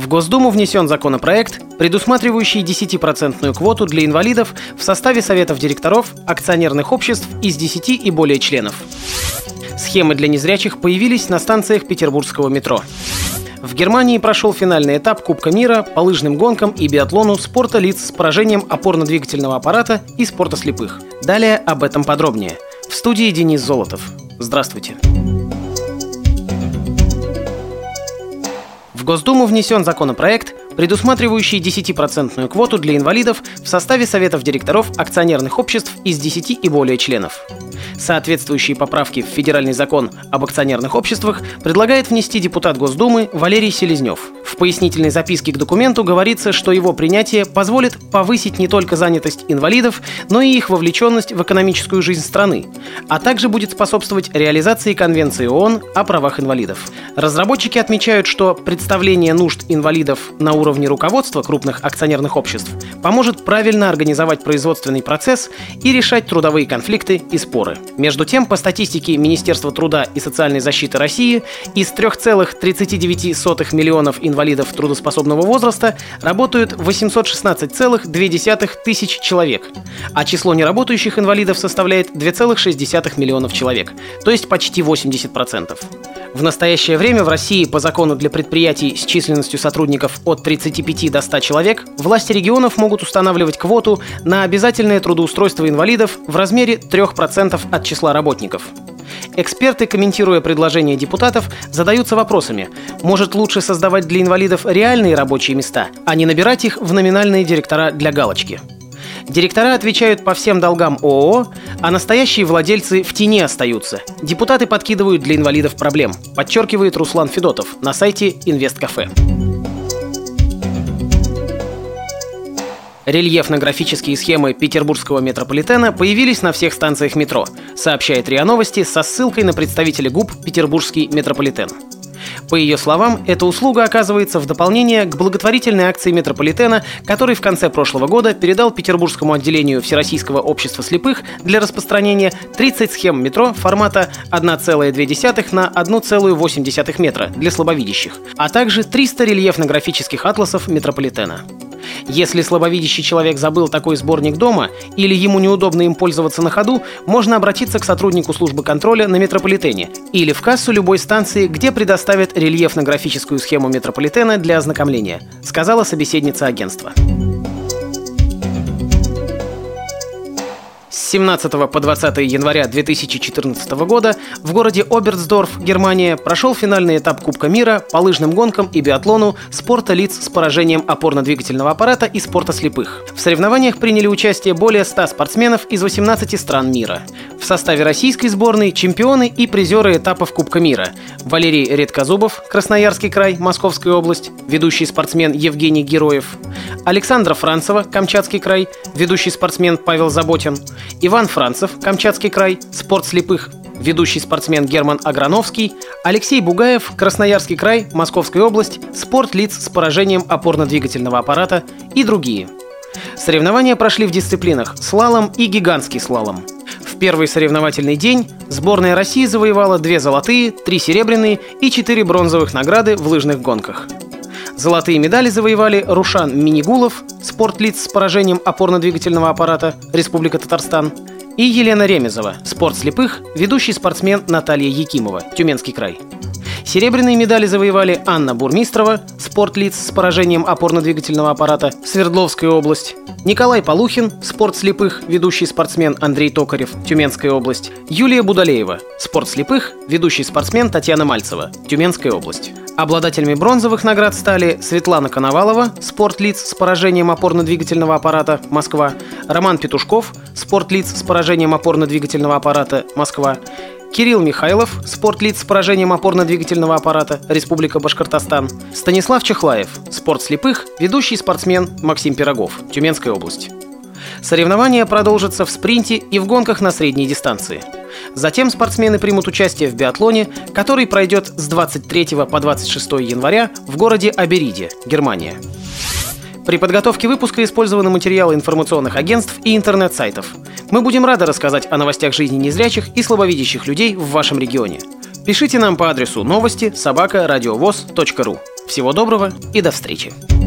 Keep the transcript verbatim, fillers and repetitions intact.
В Госдуму внесен законопроект, предусматривающий десятипроцентную квоту для инвалидов в составе советов директоров акционерных обществ из десяти и более членов. Схемы для незрячих появились на станциях петербургского метро. В Германии прошел финальный этап Кубка мира по лыжным гонкам и биатлону спорта лиц с поражением опорно-двигательного аппарата и спорта слепых. Далее об этом подробнее. В студии Денис Золотов. Здравствуйте. В Госдуму внесен законопроект, предусматривающий десятипроцентную квоту для инвалидов в составе советов директоров акционерных обществ из десяти и более членов. Соответствующие поправки в Федеральный закон об акционерных обществах предлагает внести депутат Госдумы Валерий Селезнев. В пояснительной записке к документу говорится, что его принятие позволит повысить не только занятость инвалидов, но и их вовлеченность в экономическую жизнь страны, а также будет способствовать реализации Конвенции ООН о правах инвалидов. Разработчики отмечают, что представление нужд инвалидов на уровне руководства крупных акционерных обществ поможет правильно организовать производственный процесс и решать трудовые конфликты и споры. Между тем, по статистике Министерства труда и социальной защиты России, из трёх целых тридцати девяти сотых миллионов инвалидов трудоспособного возраста работают восемьсот шестнадцать целых две десятых тысяч человек, а число неработающих инвалидов составляет два целых шесть десятых миллионов человек, то есть почти восемьдесят процентов. В настоящее время в России по закону для предприятий с численностью сотрудников от тридцати пяти до ста человек власти регионов могут устанавливать квоту на обязательное трудоустройство инвалидов в размере трёх процентов от числа работников. Эксперты, комментируя предложения депутатов, задаются вопросами: может лучше создавать для инвалидов реальные рабочие места, а не набирать их в номинальные директора для галочки? Директора отвечают по всем долгам ООО, а настоящие владельцы в тени остаются. Депутаты подкидывают для инвалидов проблем, подчеркивает Руслан Федотов на сайте Инвесткафе. Рельефно-графические схемы петербургского метрополитена появились на всех станциях метро, сообщает РИА Новости со ссылкой на представителя ГУП «Петербургский метрополитен». По ее словам, эта услуга оказывается в дополнение к благотворительной акции метрополитена, который в конце прошлого года передал Петербургскому отделению Всероссийского общества слепых для распространения тридцать схем метро формата одна целая две десятых на одна целая восемь десятых метра для слабовидящих, а также триста рельефно-графических атласов метрополитена. Если слабовидящий человек забыл такой сборник дома или ему неудобно им пользоваться на ходу, можно обратиться к сотруднику службы контроля на метрополитене или в кассу любой станции, где предоставят рельефно-графическую схему метрополитена для ознакомления, сказала собеседница агентства. С семнадцатого по двадцатое января две тысячи четырнадцатого года в городе Оберсдорф, Германия, прошел финальный этап Кубка мира по лыжным гонкам и биатлону спорта лиц с поражением опорно-двигательного аппарата и спорта слепых. В соревнованиях приняли участие более ста спортсменов из восемнадцати стран мира. В составе российской сборной чемпионы и призеры этапов Кубка мира: Валерий Редкозубов, Красноярский край, Московская область, ведущий спортсмен Евгений Героев; Александра Францева, Камчатский край, ведущий спортсмен Павел Заботин; Иван Францев, Камчатский край, спорт слепых, ведущий спортсмен Герман Аграновский; Алексей Бугаев, Красноярский край, Московская область, спорт лиц с поражением опорно-двигательного аппарата и другие. Соревнования прошли в дисциплинах слалом и гигантский слалом. В первый соревновательный день сборная России завоевала две золотые, три серебряные и четыре бронзовых награды в лыжных гонках. Золотые медали завоевали Рушан Минигулов, спорт лиц с поражением опорно-двигательного аппарата, Республика Татарстан, и Елена Ремезова, спорт слепых, ведущий спортсмен Наталья Якимова, Тюменский край. Серебряные медали завоевали Анна Бурмистрова, спорт лиц с поражением опорно-двигательного аппарата, Свердловская область; Николай Полухин, спорт слепых, ведущий спортсмен Андрей Токарев, Тюменская область; Юлия Будалеева, спорт слепых, ведущий спортсмен Татьяна Мальцева, Тюменская область. Обладателями бронзовых наград стали Светлана Коновалова, спорт лиц с поражением опорно-двигательного аппарата, Москва; Роман Петушков, спорт лиц с поражением опорно-двигательного аппарата, Москва; Кирилл Михайлов, спорт лиц с поражением опорно-двигательного аппарата, Республика Башкортостан; Станислав Чехлаев, спорт слепых, ведущий спортсмен Максим Пирогов, Тюменская область. Соревнования продолжатся в спринте и в гонках на средней дистанции. Затем спортсмены примут участие в биатлоне, который пройдет с двадцать третьего по двадцать шестое января в городе Абериде, Германия. При подготовке выпуска использованы материалы информационных агентств и интернет-сайтов. Мы будем рады рассказать о новостях жизни незрячих и слабовидящих людей в вашем регионе. Пишите нам по адресу новости собака радиовоз точка ру. Всего доброго и до встречи!